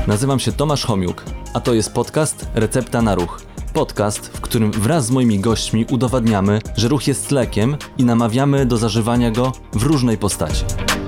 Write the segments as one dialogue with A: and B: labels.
A: Nazywam się Tomasz Homiuk, a to jest podcast Recepta na ruch. Podcast, w którym wraz z moimi gośćmi udowadniamy, że ruch jest lekiem i namawiamy do zażywania go w różnej postaci.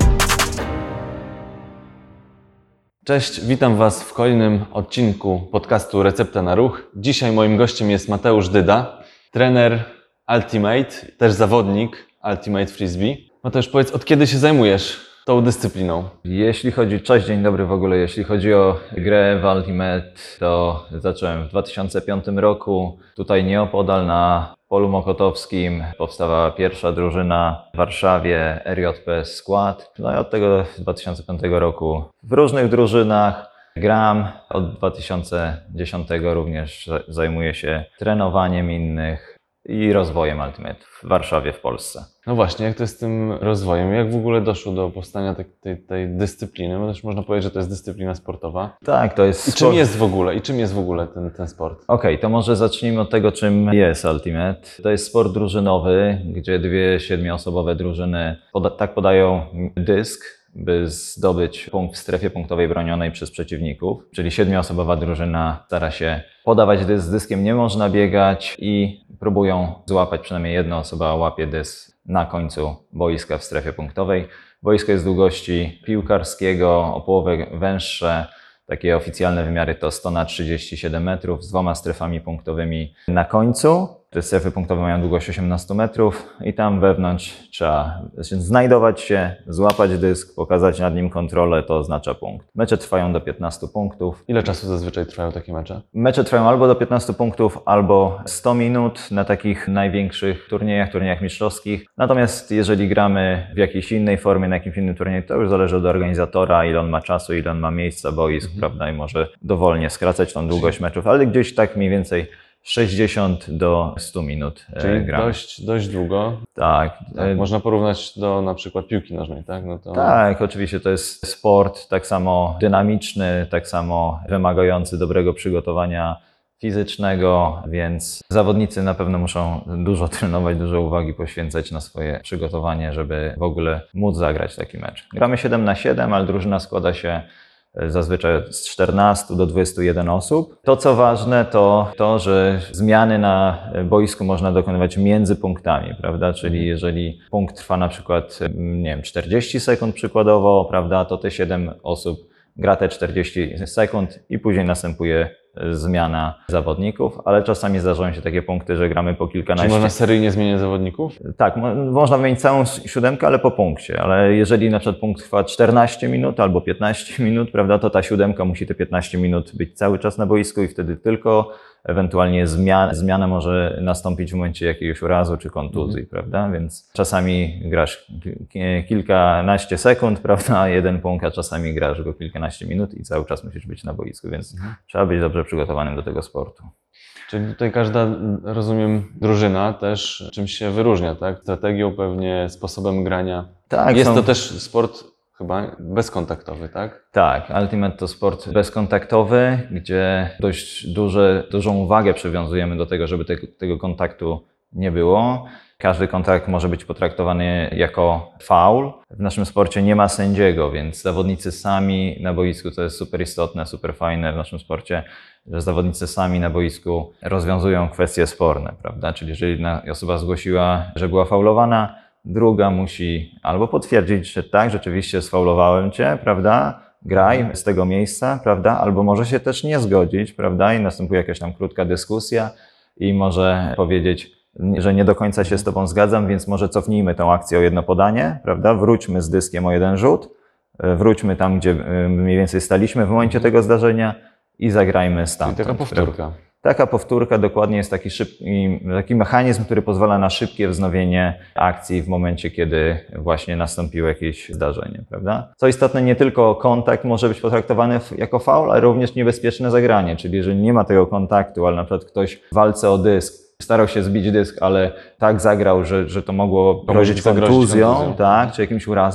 A: Cześć, witam Was w kolejnym odcinku podcastu Recepta na ruch. Dzisiaj moim gościem jest Mateusz Dyda, trener Ultimate, też zawodnik Ultimate Frisbee. Mateusz, powiedz, od kiedy się zajmujesz tą dyscypliną?
B: Cześć, dzień dobry w ogóle. Jeśli chodzi o grę w Ultimate, to zacząłem w 2005 roku. Tutaj nieopodal na polu mokotowskim powstawała pierwsza drużyna w Warszawie, RJPS Skład. No i od tego 2005 roku w różnych drużynach gram. Od 2010 również zajmuję się trenowaniem innych i rozwojem Ultimate w Warszawie, w Polsce.
A: No właśnie, jak to jest z tym rozwojem? Jak w ogóle doszło do powstania tej dyscypliny? Bo też można powiedzieć, że to jest dyscyplina sportowa.
B: Tak, to jest
A: Czym jest w ogóle ten sport?
B: Okej, to może zacznijmy od tego, czym jest Ultimate. To jest sport drużynowy, gdzie dwie 7-osobowe drużyny tak podają dysk, by zdobyć punkt w strefie punktowej bronionej przez przeciwników. Czyli 7-osobowa drużyna stara się podawać dysk, z dyskiem nie można biegać i próbują złapać, przynajmniej jedna osoba łapie dysk na końcu boiska w strefie punktowej. Boisko jest długości piłkarskiego, o połowę węższe. Takie oficjalne wymiary to 100×37 metrów z 2 strefami punktowymi na końcu. Te strefy punktowe mają długość 18 metrów i tam wewnątrz trzeba znajdować się, złapać dysk, pokazać nad nim kontrolę, to oznacza punkt. Mecze trwają do 15 punktów.
A: Ile czasu zazwyczaj trwają takie mecze?
B: Mecze trwają albo do 15 punktów, albo 100 minut na takich największych turniejach mistrzowskich. Natomiast jeżeli gramy w jakiejś innej formie, na jakimś innym turnieju, to już zależy od organizatora, ile on ma czasu, ile on ma miejsca, boisk, prawda, i może dowolnie skracać tą długość meczów, ale gdzieś tak mniej więcej 60 do 100 minut gramy.
A: Czyli dość długo.
B: Tak.
A: Można porównać do na przykład piłki nożnej, tak? No to...
B: Tak, oczywiście to jest sport tak samo dynamiczny, tak samo wymagający dobrego przygotowania fizycznego, więc zawodnicy na pewno muszą dużo trenować, dużo uwagi poświęcać na swoje przygotowanie, żeby w ogóle móc zagrać taki mecz. Gramy 7-7, ale drużyna składa się zazwyczaj z 14 do 21 osób. To, co ważne, to to, że zmiany na boisku można dokonywać między punktami, prawda? Czyli jeżeli punkt trwa na przykład, 40 sekund przykładowo, prawda, to te 7 osób gra te 40 sekund i później następuje zmiana zawodników, ale czasami zdarzają się takie punkty, że gramy po kilkanaście.
A: Czy można seryjnie zmieniać zawodników?
B: Tak, można wymienić całą siódemkę, ale po punkcie, ale jeżeli na przykład punkt trwa 14 minut albo 15 minut, prawda, to ta siódemka musi te 15 minut być cały czas na boisku i wtedy tylko ewentualnie zmiana może nastąpić w momencie jakiegoś urazu czy kontuzji, prawda, więc czasami grasz kilkanaście sekund, prawda, jeden punkt, a czasami grasz go kilkanaście minut i cały czas musisz być na boisku, więc trzeba być dobrze przygotowanym do tego sportu.
A: Czyli tutaj każda, rozumiem, drużyna też czymś się wyróżnia, tak? Strategią pewnie, sposobem grania.
B: Tak,
A: jest to też sport chyba bezkontaktowy, tak?
B: Tak, Ultimate to sport bezkontaktowy, gdzie dość dużą uwagę przywiązujemy do tego, żeby tego kontaktu nie było. Każdy kontakt może być potraktowany jako faul. W naszym sporcie nie ma sędziego, więc zawodnicy sami na boisku, to jest super istotne, super fajne w naszym sporcie, że zawodnicy sami na boisku rozwiązują kwestie sporne, prawda? Czyli jeżeli osoba zgłosiła, że była faulowana, druga musi albo potwierdzić, że tak, rzeczywiście sfaulowałem cię, prawda? Graj z tego miejsca, prawda? Albo może się też nie zgodzić, prawda? I następuje jakaś tam krótka dyskusja i może powiedzieć, że nie do końca się z tobą zgadzam, więc może cofnijmy tę akcję o jedno podanie, prawda? Wróćmy z dyskiem o jeden rzut, wróćmy tam, gdzie mniej więcej staliśmy w momencie tego zdarzenia i zagrajmy stamtąd.
A: Czyli taka powtórka.
B: Taka powtórka dokładnie jest taki mechanizm, który pozwala na szybkie wznowienie akcji w momencie, kiedy właśnie nastąpiło jakieś zdarzenie, prawda? Co istotne, nie tylko kontakt może być potraktowany jako faul, ale również niebezpieczne zagranie, czyli jeżeli nie ma tego kontaktu, ale na przykład ktoś w walce o dysk starał się zbić dysk, ale tak zagrał, że to mogło grozić kontuzją, tak, czy jakimś urazem,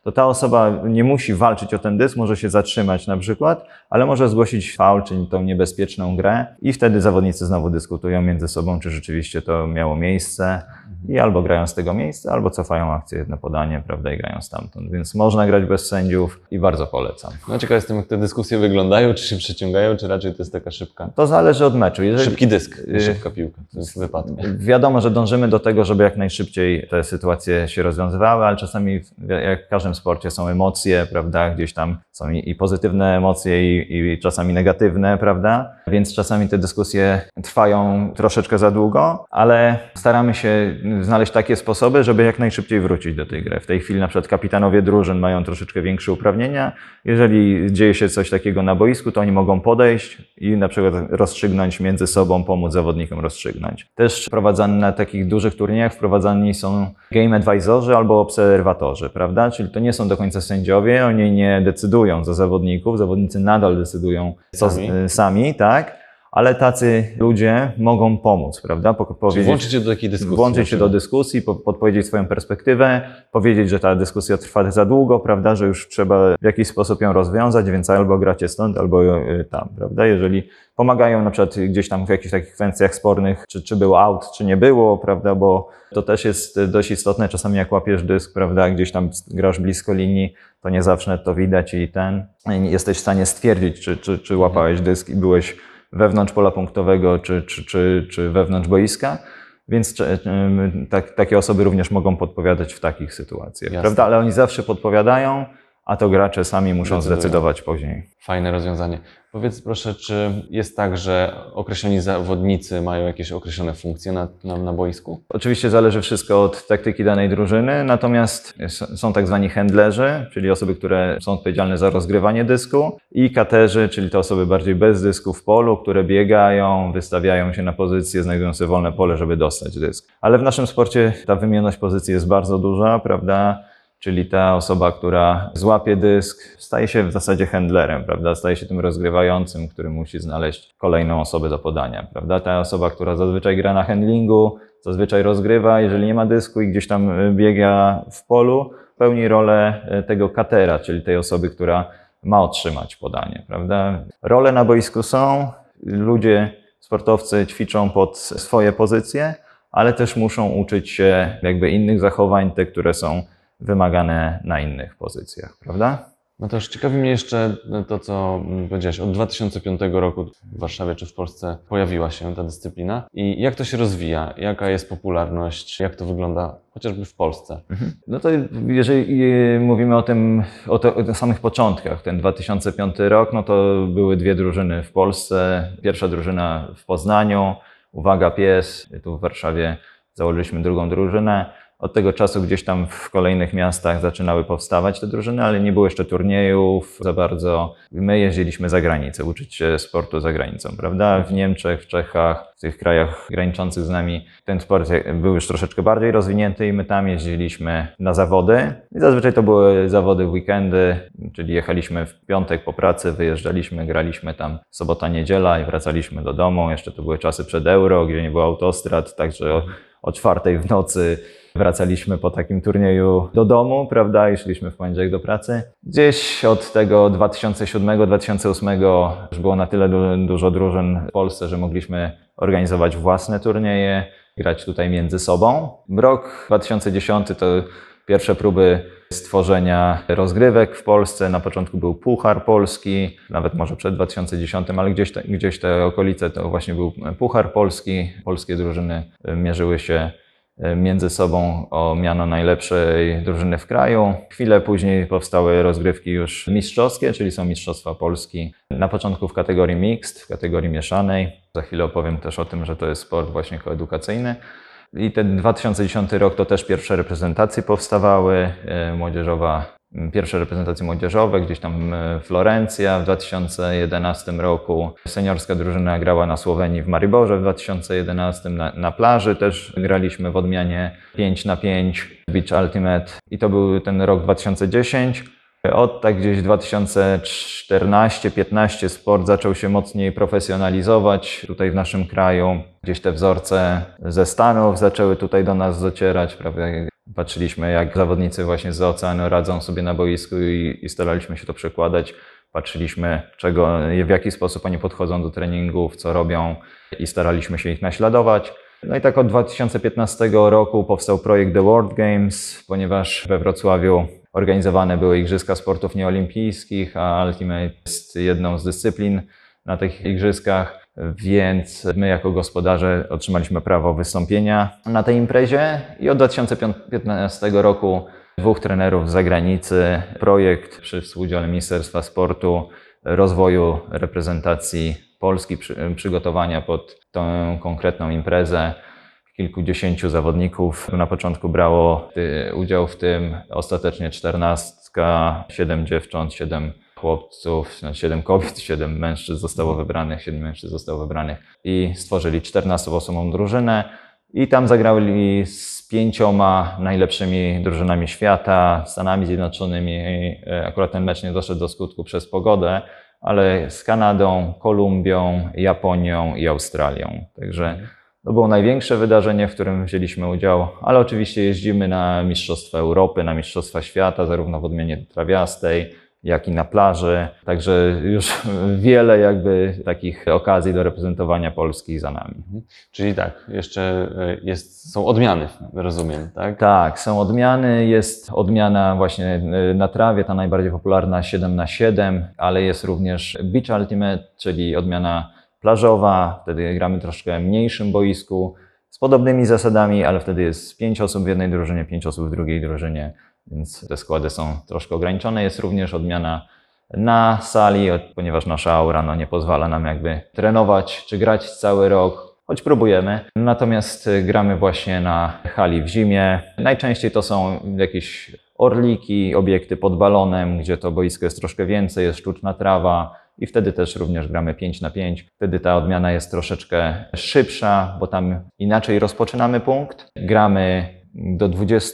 B: to ta osoba nie musi walczyć o ten dysk, może się zatrzymać na przykład, ale może zgłosić faul, czyli tą niebezpieczną grę i wtedy zawodnicy znowu dyskutują między sobą, czy rzeczywiście to miało miejsce i albo grają z tego miejsca, albo cofają akcję, jedno podanie, prawda, i grają stamtąd. Więc można grać bez sędziów i bardzo polecam.
A: No ciekaw jestem, jak te dyskusje wyglądają, czy się przeciągają, czy raczej to jest taka szybka.
B: To zależy od meczu.
A: Szybki dysk, nie szybka piłka, to jest wypadek.
B: Wiadomo, że dążymy do tego, żeby jak najszybciej te sytuacje się rozwiązywały, ale czasami, jak w każdym sporcie, są emocje, prawda, gdzieś tam są i pozytywne emocje i czasami negatywne, prawda, więc czasami te dyskusje trwają troszeczkę za długo, ale staramy się znaleźć takie sposoby, żeby jak najszybciej wrócić do tej gry. W tej chwili na przykład kapitanowie drużyn mają troszeczkę większe uprawnienia. Jeżeli dzieje się coś takiego na boisku, to oni mogą podejść i na przykład rozstrzygnąć między sobą, pomóc zawodnikom rozstrzygnąć. Też wprowadzani na takich dużych turniejach wprowadzani są game advisorzy albo obserwatorzy, prawda? Czyli to nie są do końca sędziowie, oni nie decydują za zawodników, zawodnicy nadal decydują sami, tak? Ale tacy ludzie mogą pomóc, prawda?
A: Czyli włączyć się do takiej dyskusji.
B: Włączyć się do dyskusji, podpowiedzieć swoją perspektywę, powiedzieć, że ta dyskusja trwa za długo, prawda? Że już trzeba w jakiś sposób ją rozwiązać, więc albo gracie stąd, albo tam, prawda? Jeżeli pomagają na przykład gdzieś tam w jakichś takich kwestiach spornych, czy był out, czy nie było, prawda? Bo to też jest dość istotne. Czasami jak łapiesz dysk, prawda? Gdzieś tam grasz blisko linii, to nie zawsze to widać i jesteś w stanie stwierdzić, czy łapałeś dysk i byłeś wewnątrz pola punktowego, czy wewnątrz boiska, więc takie osoby również mogą podpowiadać w takich sytuacjach, prawda? Ale oni zawsze podpowiadają, a to gracze sami muszą zdecydować później.
A: Fajne rozwiązanie. Powiedz proszę, czy jest tak, że określeni zawodnicy mają jakieś określone funkcje na boisku?
B: Oczywiście zależy wszystko od taktyki danej drużyny, natomiast są tak zwani handlerzy, czyli osoby, które są odpowiedzialne za rozgrywanie dysku, i katerzy, czyli te osoby bardziej bez dysku w polu, które biegają, wystawiają się na pozycję, znajdują sobie wolne pole, żeby dostać dysk. Ale w naszym sporcie ta wymienność pozycji jest bardzo duża, prawda? Czyli ta osoba, która złapie dysk, staje się w zasadzie handlerem, prawda? Staje się tym rozgrywającym, który musi znaleźć kolejną osobę do podania, prawda? Ta osoba, która zazwyczaj gra na handlingu, zazwyczaj rozgrywa, jeżeli nie ma dysku i gdzieś tam biega w polu, pełni rolę tego katera, czyli tej osoby, która ma otrzymać podanie, prawda? Role na boisku są, ludzie, sportowcy ćwiczą pod swoje pozycje, ale też muszą uczyć się jakby innych zachowań, te, które są wymagane na innych pozycjach, prawda?
A: No to już ciekawi mnie jeszcze to, co powiedziałeś. Od 2005 roku w Warszawie czy w Polsce pojawiła się ta dyscyplina. I jak to się rozwija? Jaka jest popularność? Jak to wygląda chociażby w Polsce?
B: No to jeżeli mówimy o samych początkach, ten 2005 rok, no to były dwie drużyny w Polsce. Pierwsza drużyna w Poznaniu, Uwaga Pies, tu w Warszawie założyliśmy drugą drużynę. Od tego czasu gdzieś tam w kolejnych miastach zaczynały powstawać te drużyny, ale nie było jeszcze turniejów za bardzo. My jeździliśmy za granicę, uczyć się sportu za granicą, prawda? W Niemczech, w Czechach, w tych krajach graniczących z nami ten sport był już troszeczkę bardziej rozwinięty i my tam jeździliśmy na zawody. I zazwyczaj to były zawody w weekendy, czyli jechaliśmy w piątek po pracy, wyjeżdżaliśmy, graliśmy tam sobota, niedziela i wracaliśmy do domu. Jeszcze to były czasy przed euro, gdzie nie było autostrad, także o 4:00 w nocy wracaliśmy po takim turnieju do domu, prawda, i szliśmy w poniedziałek do pracy. Gdzieś od tego 2007-2008 już było na tyle dużo drużyn w Polsce, że mogliśmy organizować własne turnieje, grać tutaj między sobą. Rok 2010 to pierwsze próby stworzenia rozgrywek w Polsce. Na początku był Puchar Polski, nawet może przed 2010, ale gdzieś te okolice to właśnie był Puchar Polski. Polskie drużyny mierzyły się między sobą o miano najlepszej drużyny w kraju. Chwilę później powstały rozgrywki już mistrzowskie, czyli są Mistrzostwa Polski. Na początku w kategorii mixed, w kategorii mieszanej. Za chwilę opowiem też o tym, że to jest sport właśnie koedukacyjny. I ten 2010 rok to też pierwsze reprezentacje powstawały, pierwsze reprezentacje młodzieżowe, gdzieś tam Florencja w 2011 roku. Seniorska drużyna grała na Słowenii w Mariborze w 2011, na plaży też graliśmy w odmianie 5x5 Beach Ultimate i to był ten rok 2010. Od tak gdzieś 2014-15 sport zaczął się mocniej profesjonalizować tutaj w naszym kraju. Gdzieś te wzorce ze Stanów zaczęły tutaj do nas docierać, prawda? Patrzyliśmy, jak zawodnicy właśnie z oceanu radzą sobie na boisku i staraliśmy się to przekładać. Patrzyliśmy, w jaki sposób oni podchodzą do treningów, co robią i staraliśmy się ich naśladować. No i tak od 2015 roku powstał projekt The World Games, ponieważ we Wrocławiu organizowane były Igrzyska Sportów Nieolimpijskich, a Ultimate jest jedną z dyscyplin na tych igrzyskach, więc my jako gospodarze otrzymaliśmy prawo wystąpienia na tej imprezie i od 2015 roku 2 trenerów z zagranicy, projekt przy współudziale Ministerstwa Sportu, rozwoju reprezentacji Polski, przygotowania pod tę konkretną imprezę. Kilkudziesięciu zawodników na początku brało udział w tym, ostatecznie 14, 7 dziewcząt, 7 chłopców, 7 kobiet, 7 mężczyzn zostało wybranych, 7 mężczyzn zostało wybranych i stworzyli 14-osobową drużynę i tam zagrali z 5 najlepszymi drużynami świata, Stanami Zjednoczonymi. Akurat ten mecz nie doszedł do skutku przez pogodę, ale z Kanadą, Kolumbią, Japonią i Australią. Także to było największe wydarzenie, w którym wzięliśmy udział, ale oczywiście jeździmy na Mistrzostwa Europy, na Mistrzostwa Świata, zarówno w odmianie trawiastej, jak i na plaży. Także już wiele takich okazji do reprezentowania Polski za nami.
A: Czyli tak, jeszcze są odmiany, rozumiem, tak?
B: Tak, są odmiany. Jest odmiana właśnie na trawie, ta najbardziej popularna 7x7, ale jest również Beach Ultimate, czyli odmiana plażowa. Wtedy gramy troszkę mniejszym boisku, z podobnymi zasadami, ale wtedy jest 5 osób w jednej drużynie, 5 osób w drugiej drużynie, więc te składy są troszkę ograniczone. Jest również odmiana na sali, ponieważ nasza aura nie pozwala nam trenować czy grać cały rok, choć próbujemy. Natomiast gramy właśnie na hali w zimie. Najczęściej to są jakieś orliki, obiekty pod balonem, gdzie to boisko jest troszkę więcej, jest sztuczna trawa i wtedy też również gramy 5x5. Wtedy ta odmiana jest troszeczkę szybsza, bo tam inaczej rozpoczynamy punkt. Gramy do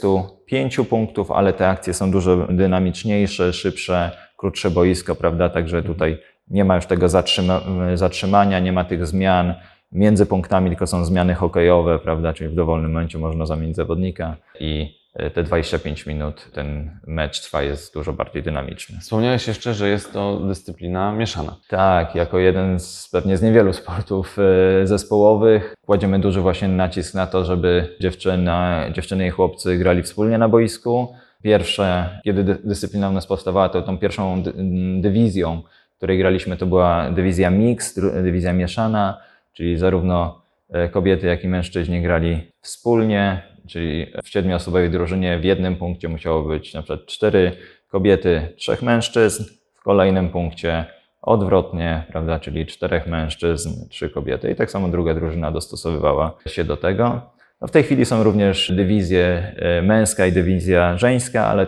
B: 25 punktów, ale te akcje są dużo dynamiczniejsze, szybsze, krótsze boisko, prawda? Także tutaj nie ma już tego zatrzymania, nie ma tych zmian między punktami, tylko są zmiany hokejowe, prawda? Czyli w dowolnym momencie można zamienić zawodnika i te 25 minut ten mecz trwa, jest dużo bardziej dynamiczny.
A: Wspomniałeś jeszcze, że jest to dyscyplina mieszana.
B: Tak, jako jeden pewnie z niewielu sportów zespołowych kładziemy duży właśnie nacisk na to, żeby dziewczyny i chłopcy grali wspólnie na boisku. Pierwsze, kiedy dyscyplina u nas powstawała, to tą pierwszą dywizją, w której graliśmy, to była dywizja mixed, dywizja mieszana, czyli zarówno kobiety, jak i mężczyźni grali wspólnie, czyli w 7-osobowej drużynie w jednym punkcie musiało być na przykład 4 kobiety, 3 mężczyzn, w kolejnym punkcie odwrotnie, prawda, czyli 4 mężczyzn, 3 kobiety i tak samo druga drużyna dostosowywała się do tego. No w tej chwili są również dywizje męska i dywizja żeńska, ale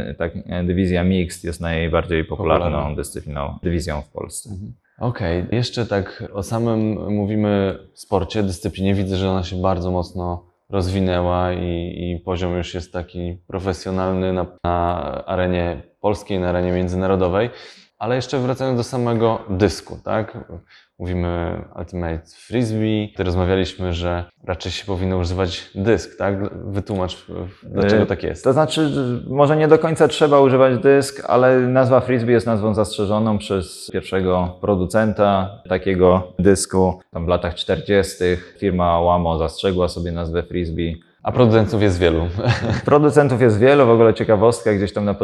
B: dywizja mixed jest najbardziej popularną dywizją w Polsce.
A: Okej, jeszcze tak o samym mówimy sporcie, dyscyplinie. Widzę, że ona się bardzo mocno rozwinęła i poziom już jest taki profesjonalny na arenie polskiej, na arenie międzynarodowej. Ale jeszcze wracając do samego dysku, tak? Mówimy Ultimate Frisbee. Rozmawialiśmy, że raczej się powinno używać dysk, tak? Wytłumacz, dlaczego tak jest.
B: To znaczy, może nie do końca trzeba używać dysk, ale nazwa Frisbee jest nazwą zastrzeżoną przez pierwszego producenta takiego dysku. Tam w latach 40. firma Łamo zastrzegła sobie nazwę Frisbee.
A: A producentów jest wielu.
B: Producentów jest wielu, w ogóle ciekawostka, gdzieś tam na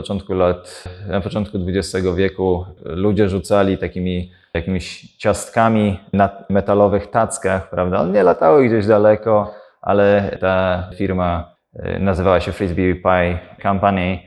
B: początku XX wieku ludzie rzucali jakimiś ciastkami na metalowych tackach, prawda? One nie latały gdzieś daleko, ale ta firma nazywała się Frisbee Pie Company.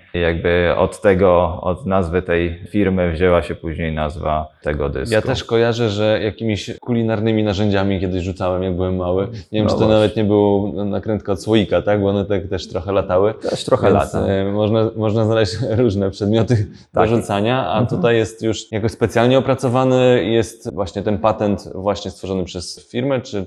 B: Od nazwy tej firmy wzięła się później nazwa tego dysku.
A: Ja też kojarzę, że jakimiś kulinarnymi narzędziami kiedyś rzucałem, jak byłem mały. Nie wiem, czy to nawet nie było nakrętka od słoika, tak? Bo one też trochę latały.
B: Też trochę lata.
A: Można znaleźć różne przedmioty do rzucania, a tutaj jest już jakoś specjalnie opracowany. Jest właśnie ten patent właśnie stworzony przez firmę, czy...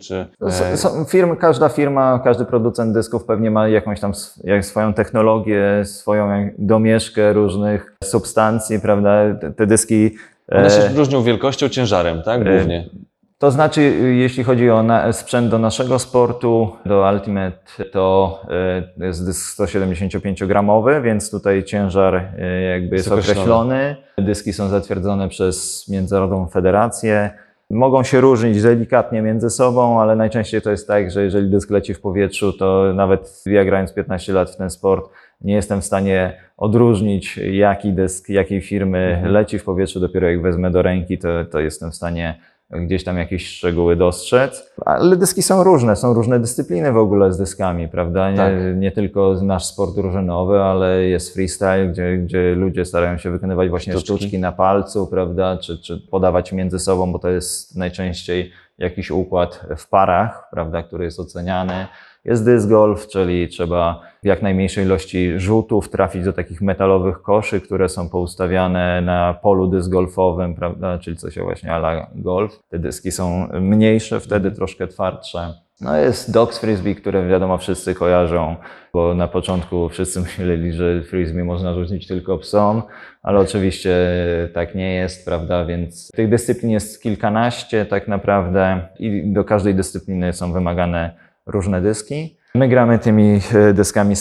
B: Każda firma, każdy producent dysków pewnie ma jakąś tam swoją technologię, swoją domieszkę różnych substancji, prawda? Te dyski...
A: One się różnią wielkością, ciężarem, tak? Głównie.
B: To znaczy, jeśli chodzi o sprzęt do naszego sportu, do Ultimate, to jest dysk 175-gramowy, więc tutaj ciężar jakby jest określony. Dyski są zatwierdzone przez Międzynarodową Federację. Mogą się różnić delikatnie między sobą, ale najczęściej to jest tak, że jeżeli dysk leci w powietrzu, to nawet ja grając 15 lat w ten sport, nie jestem w stanie odróżnić, jaki dysk, jakiej firmy leci w powietrzu. Dopiero jak wezmę do ręki, to jestem w stanie gdzieś tam jakieś szczegóły dostrzec. Ale dyski są różne dyscypliny w ogóle z dyskami, prawda?
A: Tak.
B: Nie tylko nasz sport drużynowy, ale jest freestyle, gdzie ludzie starają się wykonywać właśnie sztuczki na palcu, prawda? Czy podawać między sobą, bo to jest najczęściej jakiś układ w parach, prawda, który jest oceniany. Jest disc golf, czyli trzeba w jak najmniejszej ilości rzutów trafić do takich metalowych koszy, które są poustawiane na polu disc golfowym, prawda, czyli coś właśnie a la golf. Te dyski są mniejsze, wtedy troszkę twardsze. No jest dogs frisbee, które wiadomo wszyscy kojarzą, bo na początku wszyscy myśleli, że frisbee można rzucić tylko psom, ale oczywiście tak nie jest, prawda, więc tych dyscyplin jest kilkanaście tak naprawdę i do każdej dyscypliny są wymagane różne dyski. My gramy tymi dyskami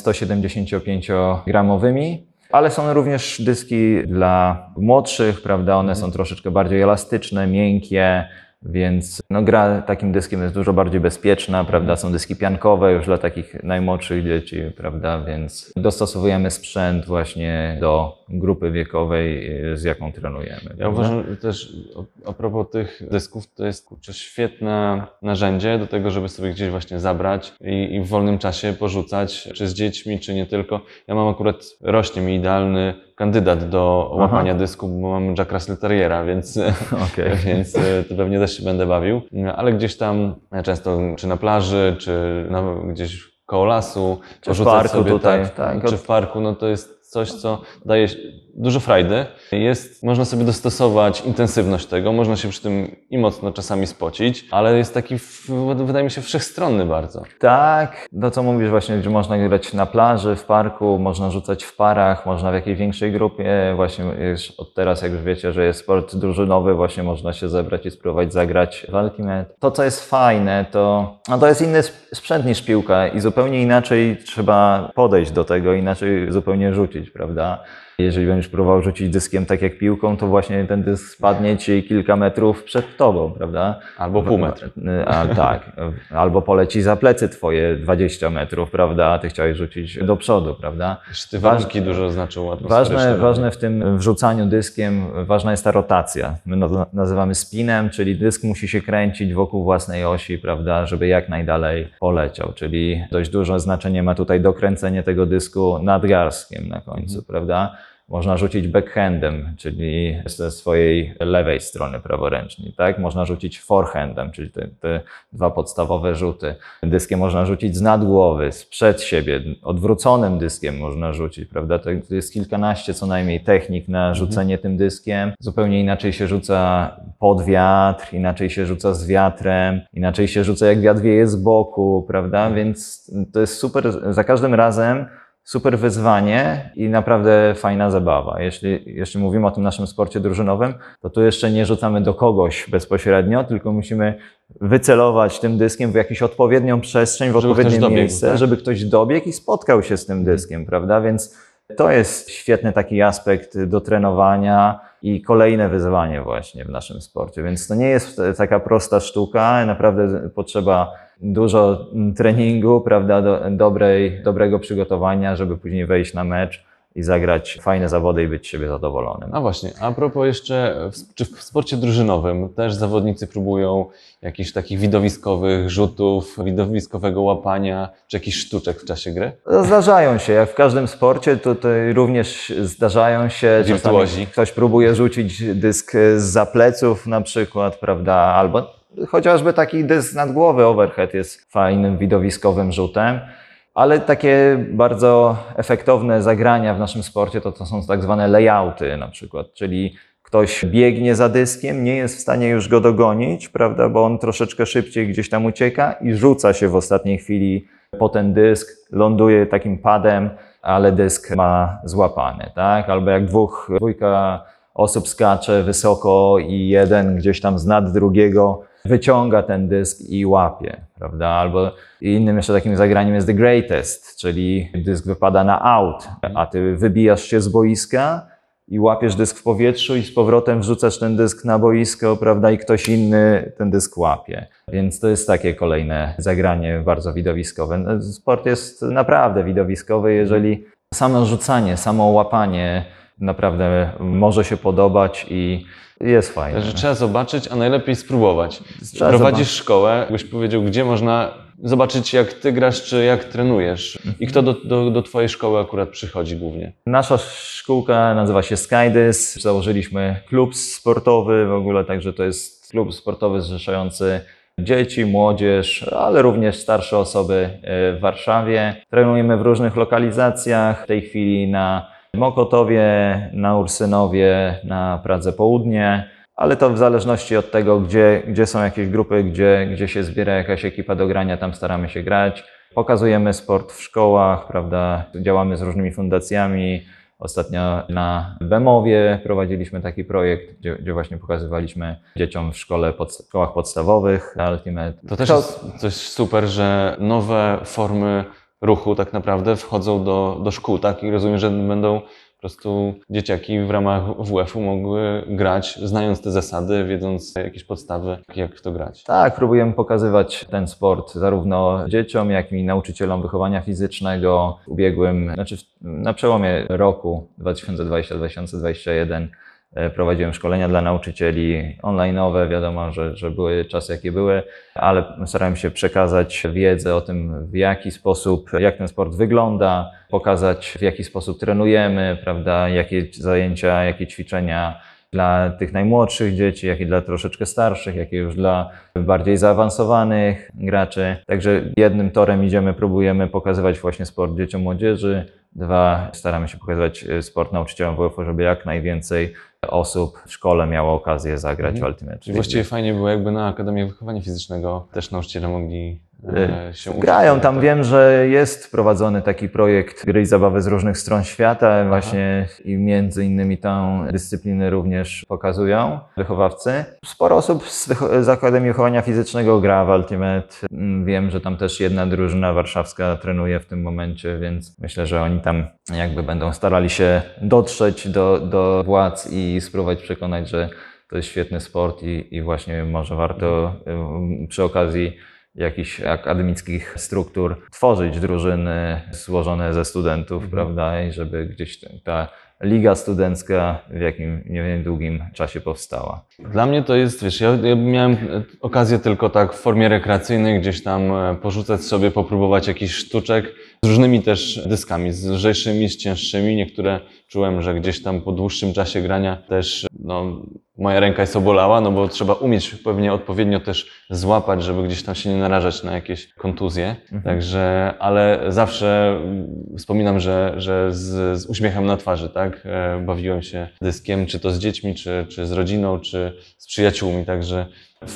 B: 175-gramowymi, ale są również dyski dla młodszych, prawda, one są troszeczkę bardziej elastyczne, miękkie, więc no, gra takim dyskiem jest dużo bardziej bezpieczna, prawda, są dyski piankowe już dla takich najmłodszych dzieci, prawda, więc dostosowujemy sprzęt właśnie do grupy wiekowej, z jaką trenujemy.
A: Ja
B: prawda?
A: uważam że też a propos tych dysków, to jest świetne narzędzie do tego, żeby sobie gdzieś właśnie zabrać i w wolnym czasie porzucać, czy z dziećmi, czy nie tylko. Ja mam akurat, rośnie mi idealny kandydat do łapania dysku, bo mam Jack Russell Terriera, więc, więc to pewnie też się będę bawił. Ale gdzieś tam często, czy na plaży, czy gdzieś koło lasu,
B: czy w parku
A: sobie,
B: tutaj,
A: czy w parku, no to jest coś, co daje dużo frajdy. Można sobie dostosować intensywność tego, można się przy tym i mocno czasami spocić, ale jest taki, wydaje mi się, wszechstronny bardzo.
B: Tak, no co mówisz właśnie, że można grać na plaży, w parku, można rzucać w parach, można w jakiejś większej grupie. Właśnie już od teraz, jak już wiecie, że jest sport drużynowy, właśnie można się zebrać i spróbować zagrać w Ultimate. To, co jest fajne, to jest inny sprzęt niż piłka i zupełnie inaczej trzeba podejść do tego, inaczej zupełnie rzucić, prawda? Jeżeli będziesz próbował rzucić dyskiem tak jak piłką, to właśnie ten dysk spadnie ci kilka metrów przed tobą, prawda?
A: Albo pół metra.
B: Tak, albo poleci za plecy twoje 20 metrów, prawda? A ty chciałeś rzucić do przodu, prawda?
A: Jeszcze te warunki dużo znaczą atmosferyczne.
B: Ważne w tym wrzucaniu dyskiem, ważna jest ta rotacja. My to nazywamy spinem, czyli dysk musi się kręcić wokół własnej osi, prawda? Żeby jak najdalej poleciał, czyli dość duże znaczenie ma tutaj dokręcenie tego dysku nadgarstkiem na końcu, prawda? Można rzucić backhandem, czyli ze swojej lewej strony praworęcznej, tak? Można rzucić forehandem, czyli te dwa podstawowe rzuty. Dyskiem można rzucić z nad głowy, sprzed siebie, odwróconym dyskiem można rzucić, prawda? To jest kilkanaście co najmniej technik na rzucenie tym dyskiem. Zupełnie inaczej się rzuca pod wiatr, inaczej się rzuca z wiatrem, inaczej się rzuca jak wiatr wieje z boku, prawda? Więc to jest super, za każdym razem super wyzwanie i naprawdę fajna zabawa. Jeśli mówimy o tym naszym sporcie drużynowym, to tu jeszcze nie rzucamy do kogoś bezpośrednio, tylko musimy wycelować tym dyskiem w jakąś odpowiednią przestrzeń, w odpowiednie miejsce, tak? Żeby ktoś dobiegł i spotkał się z tym dyskiem, prawda? Więc to jest świetny taki aspekt do trenowania i kolejne wyzwanie właśnie w naszym sporcie. Więc to nie jest taka prosta sztuka, naprawdę potrzeba dużo treningu, prawda, dobrego przygotowania, żeby później wejść na mecz i zagrać fajne zawody i być z siebie zadowolonym.
A: A właśnie, a propos jeszcze, czy w sporcie drużynowym też zawodnicy próbują jakichś takich widowiskowych rzutów, widowiskowego łapania, czy jakichś sztuczek w czasie gry?
B: Zdarzają się, jak w każdym sporcie, tutaj również zdarzają się.
A: Wirtuozi.
B: Ktoś próbuje rzucić dysk zza pleców na przykład, prawda, albo chociażby taki dysk nad głowę, overhead jest fajnym widowiskowym rzutem. Ale takie bardzo efektowne zagrania w naszym sporcie to są tak zwane layouty na przykład, czyli ktoś biegnie za dyskiem, nie jest w stanie już go dogonić, prawda, bo on troszeczkę szybciej gdzieś tam ucieka i rzuca się w ostatniej chwili po ten dysk, ląduje takim padem, ale dysk ma złapany, tak? Albo jak dwójka osób skacze wysoko i jeden gdzieś tam z nad drugiego wyciąga ten dysk i łapie, prawda? Albo innym jeszcze takim zagraniem jest the greatest, czyli dysk wypada na out, a ty wybijasz się z boiska i łapiesz dysk w powietrzu i z powrotem wrzucasz ten dysk na boisko, prawda? I ktoś inny ten dysk łapie. Więc to jest takie kolejne zagranie bardzo widowiskowe. Sport jest naprawdę widowiskowy, jeżeli samo rzucanie, samo łapanie naprawdę może się podobać i jest fajne.
A: Także trzeba zobaczyć, a najlepiej spróbować.
B: Trzeba
A: Prowadzisz szkołę, jakbyś powiedział, gdzie można zobaczyć, jak ty grasz, czy jak trenujesz i kto do twojej szkoły akurat przychodzi głównie.
B: Nasza szkółka nazywa się Skydys. Założyliśmy klub sportowy w ogóle, także to jest klub sportowy zrzeszający dzieci, młodzież, ale również starsze osoby w Warszawie. Trenujemy w różnych lokalizacjach. W tej chwili na Mokotowie, na Ursynowie, na Pradze Południe, ale to w zależności od tego, gdzie są jakieś grupy, gdzie się zbiera jakaś ekipa do grania, tam staramy się grać. Pokazujemy sport w szkołach, prawda? Działamy z różnymi fundacjami. Ostatnio na Bemowie prowadziliśmy taki projekt, gdzie właśnie pokazywaliśmy dzieciom w szkołach podstawowych Ultimate.
A: To też jest coś super, że nowe formy ruchu tak naprawdę wchodzą do szkół, tak? I rozumiem, że będą po prostu dzieciaki w ramach WF-u mogły grać, znając te zasady, wiedząc jakieś podstawy, jak w to grać.
B: Tak, próbujemy pokazywać ten sport zarówno dzieciom, jak i nauczycielom wychowania fizycznego. Na przełomie roku 2020-2021 prowadziłem szkolenia dla nauczycieli online'owe, wiadomo, że były czasy jakie były, ale starałem się przekazać wiedzę o tym, jak ten sport wygląda, pokazać w jaki sposób trenujemy, prawda, jakie zajęcia, jakie ćwiczenia dla tych najmłodszych dzieci, jak i dla troszeczkę starszych, jak i już dla bardziej zaawansowanych graczy. Także jednym torem próbujemy pokazywać właśnie sport dzieciom, młodzieży. Dwa, staramy się pokazywać sport nauczycielom WF-u, żeby jak najwięcej osób w szkole miało okazję zagrać w Ultimate.
A: Czyli właściwie fajnie było, jakby na Akademii Wychowania Fizycznego też nauczyciele mogli się uczyć.
B: Grają tam, wiem, że jest prowadzony taki projekt gry i zabawy z różnych stron świata, właśnie i między innymi tą dyscyplinę również pokazują wychowawcy. Sporo osób z Akademii Wychowania Fizycznego gra w Ultimate. Wiem, że tam też jedna drużyna warszawska trenuje w tym momencie, więc myślę, że oni tam jakby będą starali się dotrzeć do władz i spróbować przekonać, że to jest świetny sport i właśnie może warto przy okazji jakichś akademickich struktur tworzyć drużyny złożone ze studentów, prawda, i żeby gdzieś ta liga studencka w jakim niedługim czasie powstała.
A: Dla mnie to jest, wiesz, ja miałem okazję tylko tak w formie rekreacyjnej gdzieś tam porzucać sobie, popróbować jakichś sztuczek z różnymi też dyskami, z lżejszymi, z cięższymi. Niektóre czułem, że gdzieś tam po dłuższym czasie grania też moja ręka jest obolała, no bo trzeba umieć pewnie odpowiednio też złapać, żeby gdzieś tam się nie narażać na jakieś kontuzje. Także, ale zawsze wspominam, że z uśmiechem na twarzy, tak? Bawiłem się dyskiem, czy to z dziećmi, czy z rodziną, czy z przyjaciółmi. Także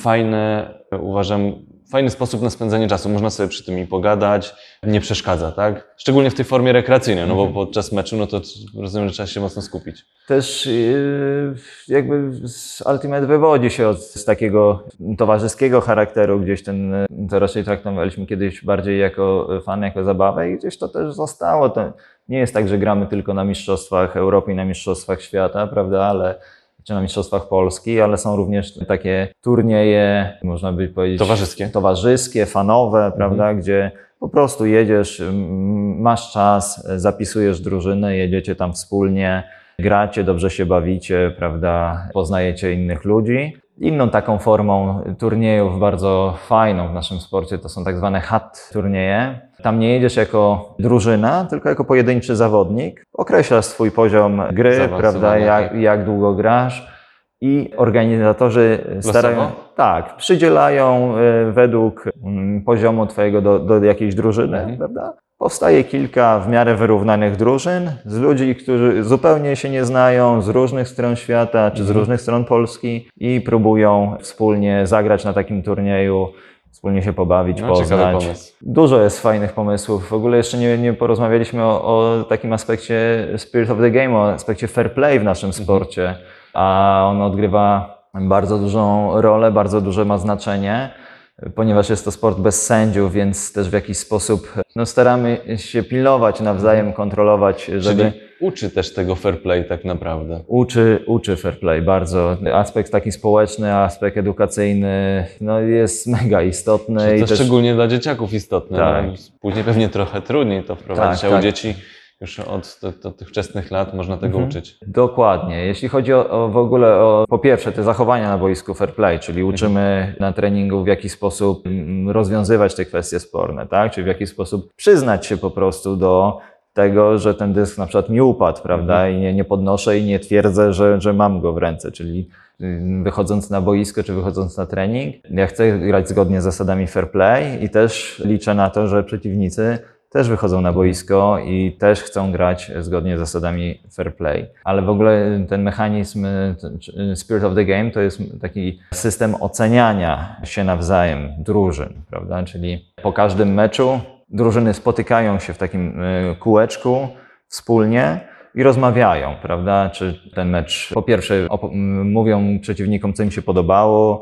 A: uważam, fajny sposób na spędzanie czasu. Można sobie przy tym i pogadać, nie przeszkadza, tak? Szczególnie w tej formie rekreacyjnej, no bo podczas meczu, no to rozumiem, że trzeba się mocno skupić.
B: Też jakby Ultimate wywodzi się z takiego towarzyskiego charakteru, gdzieś to raczej traktowaliśmy kiedyś bardziej jako fan, jako zabawę i gdzieś to też zostało. To nie jest tak, że gramy tylko na mistrzostwach Europy i na mistrzostwach świata, prawda, czy na mistrzostwach Polski, ale są również takie turnieje, można by powiedzieć, towarzyskie, fanowe, prawda, gdzie po prostu jedziesz, masz czas, zapisujesz drużynę, jedziecie tam wspólnie, gracie, dobrze się bawicie, prawda, poznajecie innych ludzi. Inną taką formą turniejów bardzo fajną w naszym sporcie to są tak zwane HAT turnieje. Tam nie jedziesz jako drużyna, tylko jako pojedynczy zawodnik. Określasz swój poziom gry, prawda, jak długo grasz i organizatorzy przydzielają według poziomu twojego do jakiejś drużyny, prawda? Powstaje kilka w miarę wyrównanych drużyn z ludzi, którzy zupełnie się nie znają, z różnych stron świata czy z różnych stron Polski i próbują wspólnie zagrać na takim turnieju, wspólnie się pobawić, poznać. Dużo jest fajnych pomysłów. W ogóle jeszcze nie porozmawialiśmy o takim aspekcie Spirit of the Game, o aspekcie fair play w naszym sporcie. a on odgrywa bardzo dużą rolę, bardzo duże ma znaczenie, ponieważ jest to sport bez sędziów, więc też w jakiś sposób staramy się pilnować nawzajem, kontrolować, żeby...
A: Czyli uczy też tego fair play tak naprawdę.
B: Uczy fair play bardzo. Aspekt taki społeczny, aspekt edukacyjny jest mega istotny.
A: To
B: i też...
A: szczególnie dla dzieciaków istotne.
B: Tak.
A: Później pewnie trochę trudniej to wprowadzić,
B: Tak,
A: a u
B: tak.
A: dzieci już od tych wczesnych lat można tego uczyć.
B: Dokładnie. Jeśli chodzi w ogóle o, po pierwsze, te zachowania na boisku fair play, czyli uczymy na treningu w jaki sposób rozwiązywać te kwestie sporne, tak? Czyli w jaki sposób przyznać się po prostu do tego, że ten dysk na przykład mi upadł, prawda? I nie podnoszę i nie twierdzę, że mam go w ręce, czyli wychodząc na boisko czy wychodząc na trening, ja chcę grać zgodnie z zasadami fair play i też liczę na to, że przeciwnicy też wychodzą na boisko i też chcą grać zgodnie z zasadami fair play. Ale w ogóle ten mechanizm Spirit of the Game to jest taki system oceniania się nawzajem drużyn, prawda? Czyli po każdym meczu drużyny spotykają się w takim kółeczku wspólnie i rozmawiają, prawda? Czy ten mecz, po pierwsze mówią przeciwnikom, co im się podobało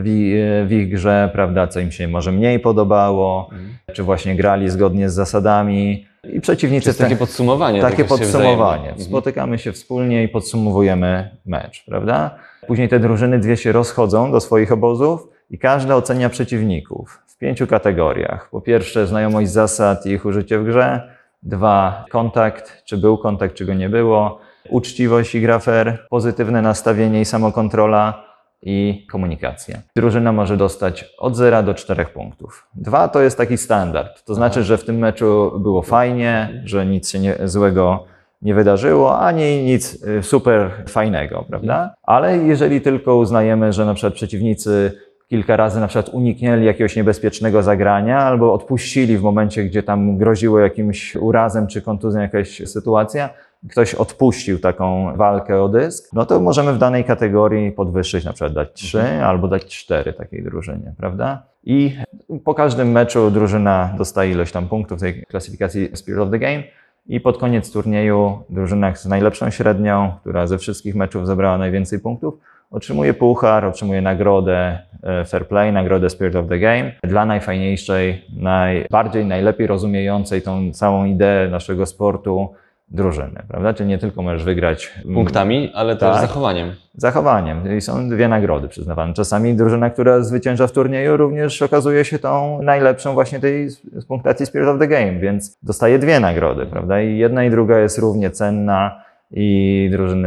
B: w ich grze, prawda, co im się może mniej podobało, czy właśnie grali zgodnie z zasadami i przeciwnicy...
A: To jest takie podsumowanie.
B: Takie
A: tak się
B: podsumowanie.
A: wzajemnie.
B: Spotykamy się wspólnie i podsumowujemy mecz, prawda? Później te drużyny dwie się rozchodzą do swoich obozów i każda ocenia przeciwników w 5 kategoriach. Po pierwsze znajomość zasad i ich użycie w grze. 2. Kontakt, czy był kontakt, czy go nie było. Uczciwość i gra fair. Pozytywne nastawienie i samokontrola. I komunikacja. Drużyna może dostać od 0 do 4 punktów. 2 to jest taki standard. To znaczy, że w tym meczu było fajnie, że nic się złego nie wydarzyło, ani nic super fajnego, prawda? Ale jeżeli tylko uznajemy, że na przykład przeciwnicy kilka razy na przykład uniknęli jakiegoś niebezpiecznego zagrania albo odpuścili w momencie, gdzie tam groziło jakimś urazem czy kontuzją jakaś sytuacja, ktoś odpuścił taką walkę o dysk, no to możemy w danej kategorii podwyższyć, na przykład dać 3 albo dać 4 takiej drużynie, prawda? I po każdym meczu drużyna dostaje ilość tam punktów tej klasyfikacji Spirit of the Game i pod koniec turnieju drużyna z najlepszą średnią, która ze wszystkich meczów zebrała najwięcej punktów, otrzymuje puchar, otrzymuje nagrodę Fair Play, nagrodę Spirit of the Game dla najfajniejszej, najlepiej rozumiejącej tą całą ideę naszego sportu drużyny, prawda? Czyli nie tylko możesz wygrać
A: punktami, ale też zachowaniem.
B: Zachowaniem. I są 2 nagrody przyznawane. Czasami drużyna, która zwycięża w turnieju, również okazuje się tą najlepszą właśnie tej z punktacji Spirit of the Game, więc dostaje 2 nagrody, prawda? I jedna i druga jest równie cenna i drużyny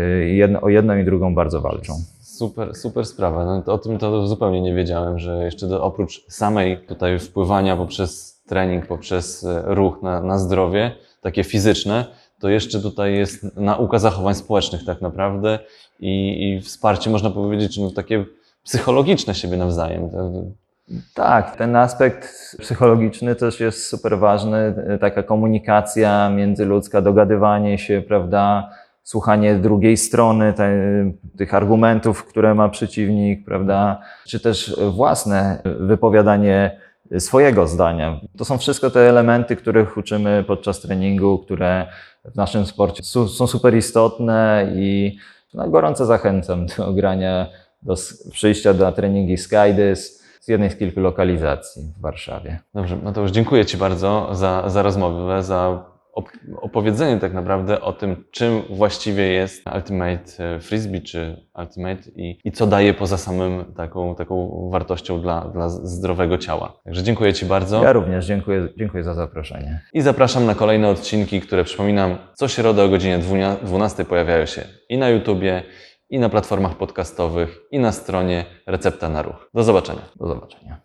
B: o jedną i drugą bardzo walczą.
A: Super sprawa. No, o tym to zupełnie nie wiedziałem, że jeszcze oprócz samej tutaj wpływania poprzez trening, poprzez ruch na zdrowie, takie fizyczne, to jeszcze tutaj jest nauka zachowań społecznych tak naprawdę i wsparcie, można powiedzieć, takie psychologiczne siebie nawzajem.
B: Tak, ten aspekt psychologiczny też jest super ważny, taka komunikacja międzyludzka, dogadywanie się, prawda, słuchanie drugiej strony, tych argumentów, które ma przeciwnik, prawda, czy też własne wypowiadanie swojego zdania. To są wszystko te elementy, których uczymy podczas treningu, które w naszym sporcie są super istotne i gorąco zachęcam do grania, do przyjścia na treningi Skydys z jednej z kilku lokalizacji w Warszawie.
A: Dobrze, Mateusz, dziękuję Ci bardzo za rozmowę, za opowiedzenie tak naprawdę o tym, czym właściwie jest Ultimate Frisbee czy Ultimate i co daje poza samym taką wartością dla zdrowego ciała. Także dziękuję Ci bardzo.
B: Ja również dziękuję za zaproszenie.
A: I zapraszam na kolejne odcinki, które przypominam, co środę o godzinie 12 pojawiają się i na YouTubie, i na platformach podcastowych, i na stronie Recepta na Ruch. Do zobaczenia.
B: Do zobaczenia.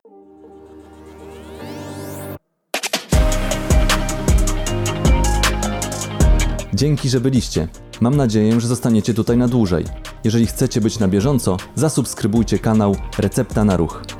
C: Dzięki, że byliście. Mam nadzieję, że zostaniecie tutaj na dłużej. Jeżeli chcecie być na bieżąco, zasubskrybujcie kanał Recepta na Ruch.